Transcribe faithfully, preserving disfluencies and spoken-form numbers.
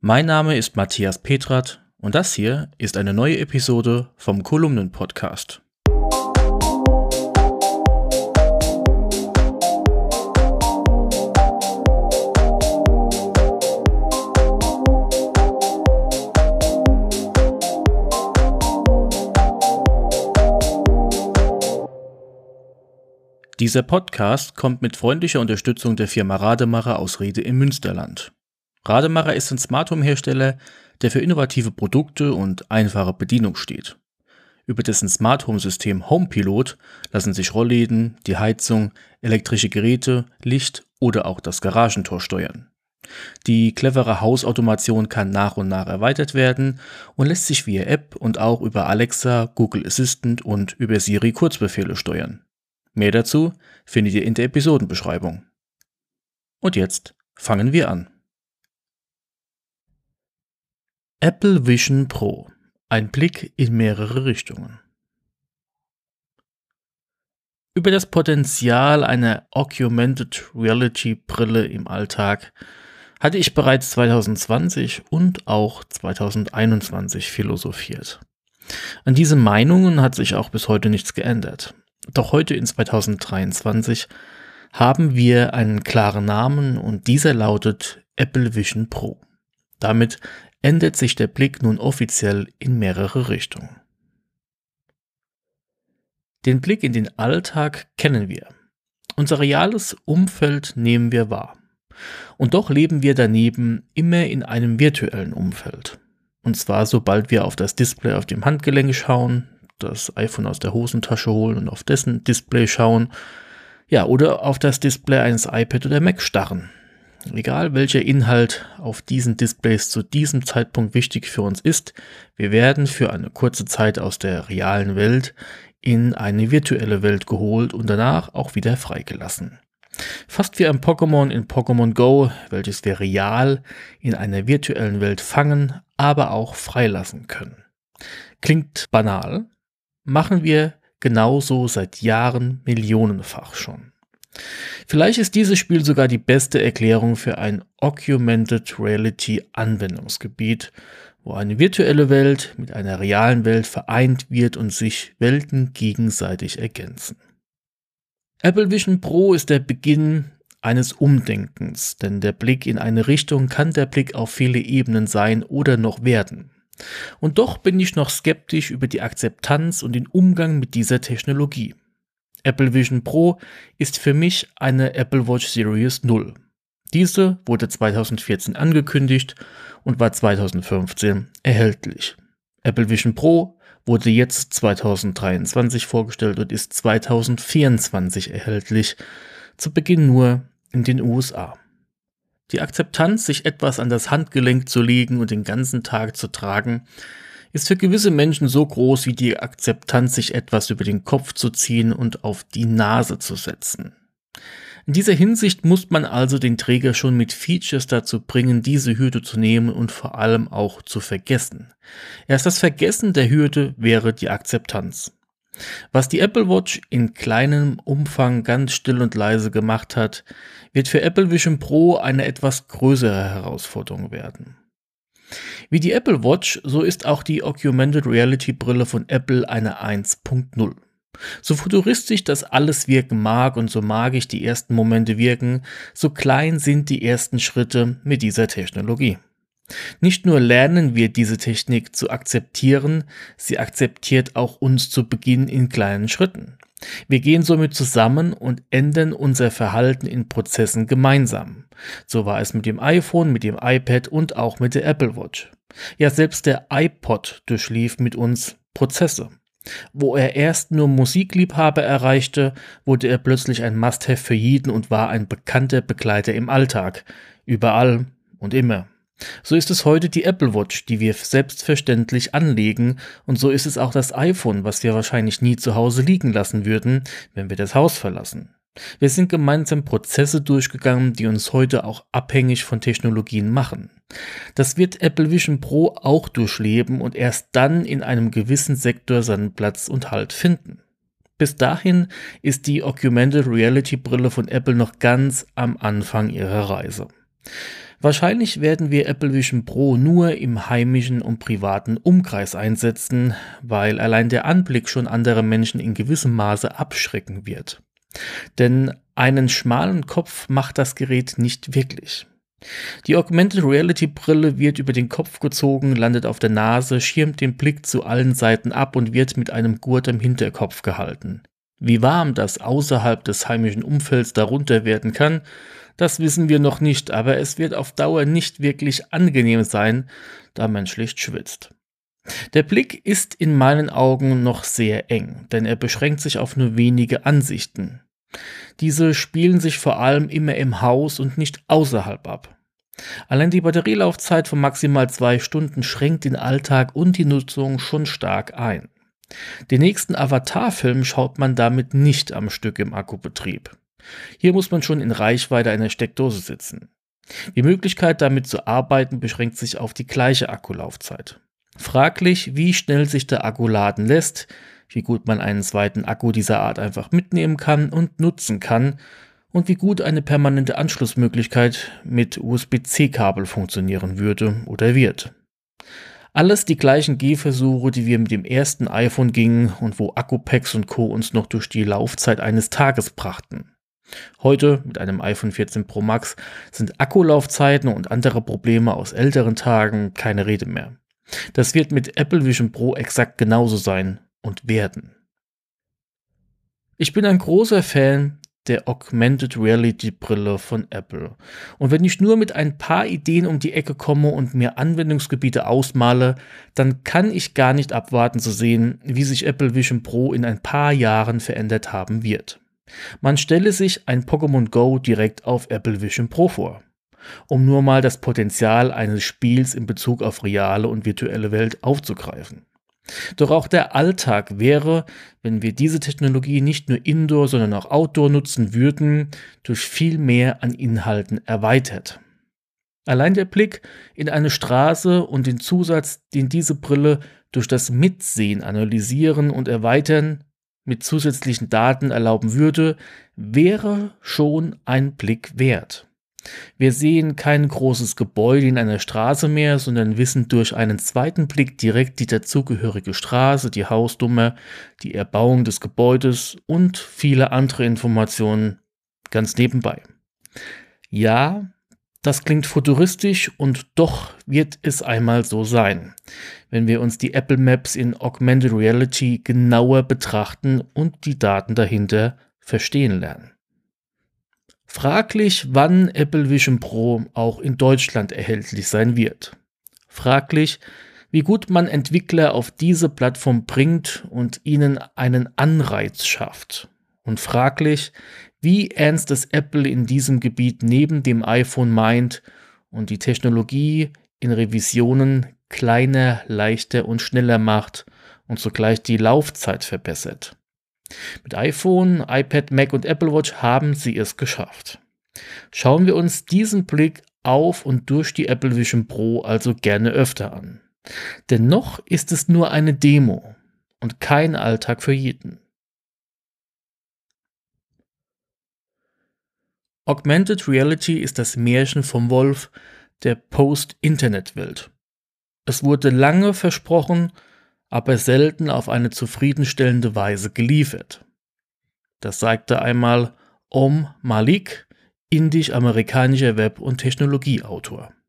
Mein Name ist Matthias Petrat und das hier ist eine neue Episode vom Kolumnen-Podcast. Dieser Podcast kommt mit freundlicher Unterstützung der Firma Rademacher aus Riede im Münsterland. Rademacher ist ein Smart Home Hersteller, der für innovative Produkte und einfache Bedienung steht. Über dessen Smart Home System HomePilot lassen sich Rollläden, die Heizung, elektrische Geräte, Licht oder auch das Garagentor steuern. Die clevere Hausautomation kann nach und nach erweitert werden und lässt sich via App und auch über Alexa, Google Assistant und über Siri Kurzbefehle steuern. Mehr dazu findet ihr in der Episodenbeschreibung. Und jetzt fangen wir an. Apple Vision Pro. Ein Blick in mehrere Richtungen. Über das Potenzial einer Augmented Reality Brille im Alltag hatte ich bereits zwanzig zwanzig und auch zwanzig einundzwanzig philosophiert. An diesen Meinungen hat sich auch bis heute nichts geändert. Doch heute in zwanzig dreiundzwanzig haben wir einen klaren Namen und dieser lautet Apple Vision Pro. Damit ändert sich der Blick nun offiziell in mehrere Richtungen. Den Blick in den Alltag kennen wir. Unser reales Umfeld nehmen wir wahr. Und doch leben wir daneben immer in einem virtuellen Umfeld. Und zwar sobald wir auf das Display auf dem Handgelenk schauen, das iPhone aus der Hosentasche holen und auf dessen Display schauen, ja, oder auf das Display eines iPad oder Mac starren. Egal welcher Inhalt auf diesen Displays zu diesem Zeitpunkt wichtig für uns ist, wir werden für eine kurze Zeit aus der realen Welt in eine virtuelle Welt geholt und danach auch wieder freigelassen. Fast wie ein Pokémon in Pokémon Go, welches wir real in einer virtuellen Welt fangen, aber auch freilassen können. Klingt banal, machen wir genauso seit Jahren millionenfach schon. Vielleicht ist dieses Spiel sogar die beste Erklärung für ein Augmented Reality Anwendungsgebiet, wo eine virtuelle Welt mit einer realen Welt vereint wird und sich Welten gegenseitig ergänzen. Apple Vision Pro ist der Beginn eines Umdenkens, denn der Blick in eine Richtung kann der Blick auf viele Ebenen sein oder noch werden. Und doch bin ich noch skeptisch über die Akzeptanz und den Umgang mit dieser Technologie. Apple Vision Pro ist für mich eine Apple Watch Series null. Diese wurde zwanzig vierzehn angekündigt und war zwanzig fünfzehn erhältlich. Apple Vision Pro wurde jetzt zwanzig dreiundzwanzig vorgestellt und ist zwanzig vierundzwanzig erhältlich, zu Beginn nur in den U S A. Die Akzeptanz, sich etwas an das Handgelenk zu legen und den ganzen Tag zu tragen, ist für gewisse Menschen so groß wie die Akzeptanz, sich etwas über den Kopf zu ziehen und auf die Nase zu setzen. In dieser Hinsicht muss man also den Träger schon mit Features dazu bringen, diese Hürde zu nehmen und vor allem auch zu vergessen. Erst das Vergessen der Hürde wäre die Akzeptanz. Was die Apple Watch in kleinem Umfang ganz still und leise gemacht hat, wird für Apple Vision Pro eine etwas größere Herausforderung werden. Wie die Apple Watch, so ist auch die Augmented Reality Brille von Apple eine eins Punkt null. So futuristisch das alles wirken mag und so magisch die ersten Momente wirken, so klein sind die ersten Schritte mit dieser Technologie. Nicht nur lernen wir diese Technik zu akzeptieren, sie akzeptiert auch uns zu Beginn in kleinen Schritten. Wir gehen somit zusammen und ändern unser Verhalten in Prozessen gemeinsam. So war es mit dem iPhone, mit dem iPad und auch mit der Apple Watch. Ja, selbst der iPod durchlief mit uns Prozesse. Wo er erst nur Musikliebhaber erreichte, wurde er plötzlich ein Must-Have für jeden und war ein bekannter Begleiter im Alltag. Überall und immer. So ist es heute die Apple Watch, die wir selbstverständlich anlegen, und so ist es auch das iPhone, was wir wahrscheinlich nie zu Hause liegen lassen würden, wenn wir das Haus verlassen. Wir sind gemeinsam Prozesse durchgegangen, die uns heute auch abhängig von Technologien machen. Das wird Apple Vision Pro auch durchleben und erst dann in einem gewissen Sektor seinen Platz und Halt finden. Bis dahin ist die Augmented Reality Brille von Apple noch ganz am Anfang ihrer Reise. Wahrscheinlich werden wir Apple Vision Pro nur im heimischen und privaten Umkreis einsetzen, weil allein der Anblick schon andere Menschen in gewissem Maße abschrecken wird. Denn einen schmalen Kopf macht das Gerät nicht wirklich. Die Augmented Reality Brille wird über den Kopf gezogen, landet auf der Nase, schirmt den Blick zu allen Seiten ab und wird mit einem Gurt am Hinterkopf gehalten. Wie warm das außerhalb des heimischen Umfelds darunter werden kann, das wissen wir noch nicht, aber es wird auf Dauer nicht wirklich angenehm sein, da man schlicht schwitzt. Der Blick ist in meinen Augen noch sehr eng, denn er beschränkt sich auf nur wenige Ansichten. Diese spielen sich vor allem immer im Haus und nicht außerhalb ab. Allein die Batterielaufzeit von maximal zwei Stunden schränkt den Alltag und die Nutzung schon stark ein. Den nächsten Avatar-Film schaut man damit nicht am Stück im Akkubetrieb. Hier muss man schon in Reichweite einer Steckdose sitzen. Die Möglichkeit, damit zu arbeiten, beschränkt sich auf die gleiche Akkulaufzeit. Fraglich, wie schnell sich der Akku laden lässt, wie gut man einen zweiten Akku dieser Art einfach mitnehmen kann und nutzen kann und wie gut eine permanente Anschlussmöglichkeit mit U S B C Kabel funktionieren würde oder wird. Alles die gleichen Gehversuche, die wir mit dem ersten iPhone gingen und wo Akkupacks und Co. uns noch durch die Laufzeit eines Tages brachten. Heute, mit einem iPhone vierzehn Pro Max, sind Akkulaufzeiten und andere Probleme aus älteren Tagen keine Rede mehr. Das wird mit Apple Vision Pro exakt genauso sein und werden. Ich bin ein großer Fan der Augmented Reality Brille von Apple. Und wenn ich nur mit ein paar Ideen um die Ecke komme und mir Anwendungsgebiete ausmale, dann kann ich gar nicht abwarten zu sehen, wie sich Apple Vision Pro in ein paar Jahren verändert haben wird. Man stelle sich ein Pokémon Go direkt auf Apple Vision Pro vor, um nur mal das Potenzial eines Spiels in Bezug auf reale und virtuelle Welt aufzugreifen. Doch auch der Alltag wäre, wenn wir diese Technologie nicht nur Indoor, sondern auch Outdoor nutzen würden, durch viel mehr an Inhalten erweitert. Allein der Blick in eine Straße und den Zusatz, den diese Brille durch das Mitsehen analysieren und erweitern mit zusätzlichen Daten erlauben würde, wäre schon ein Blick wert. Wir sehen kein großes Gebäude in einer Straße mehr, sondern wissen durch einen zweiten Blick direkt die dazugehörige Straße, die Hausnummer, die Erbauung des Gebäudes und viele andere Informationen ganz nebenbei. Ja, das klingt futuristisch und doch wird es einmal so sein, wenn wir uns die Apple Maps in Augmented Reality genauer betrachten und die Daten dahinter verstehen lernen. Fraglich, wann Apple Vision Pro auch in Deutschland erhältlich sein wird. Fraglich, wie gut man Entwickler auf diese Plattform bringt und ihnen einen Anreiz schafft. Und fraglich, wie ernst es Apple in diesem Gebiet neben dem iPhone meint und die Technologie in Revisionen kleiner, leichter und schneller macht und zugleich die Laufzeit verbessert. Mit iPhone, iPad, Mac und Apple Watch haben sie es geschafft. Schauen wir uns diesen Blick auf und durch die Apple Vision Pro also gerne öfter an. Denn noch ist es nur eine Demo und kein Alltag für jeden. Augmented Reality ist das Märchen vom Wolf der Post-Internet-Welt. Es wurde lange versprochen, aber selten auf eine zufriedenstellende Weise geliefert. Das sagte einmal Om Malik, indisch-amerikanischer Web- und Technologieautor.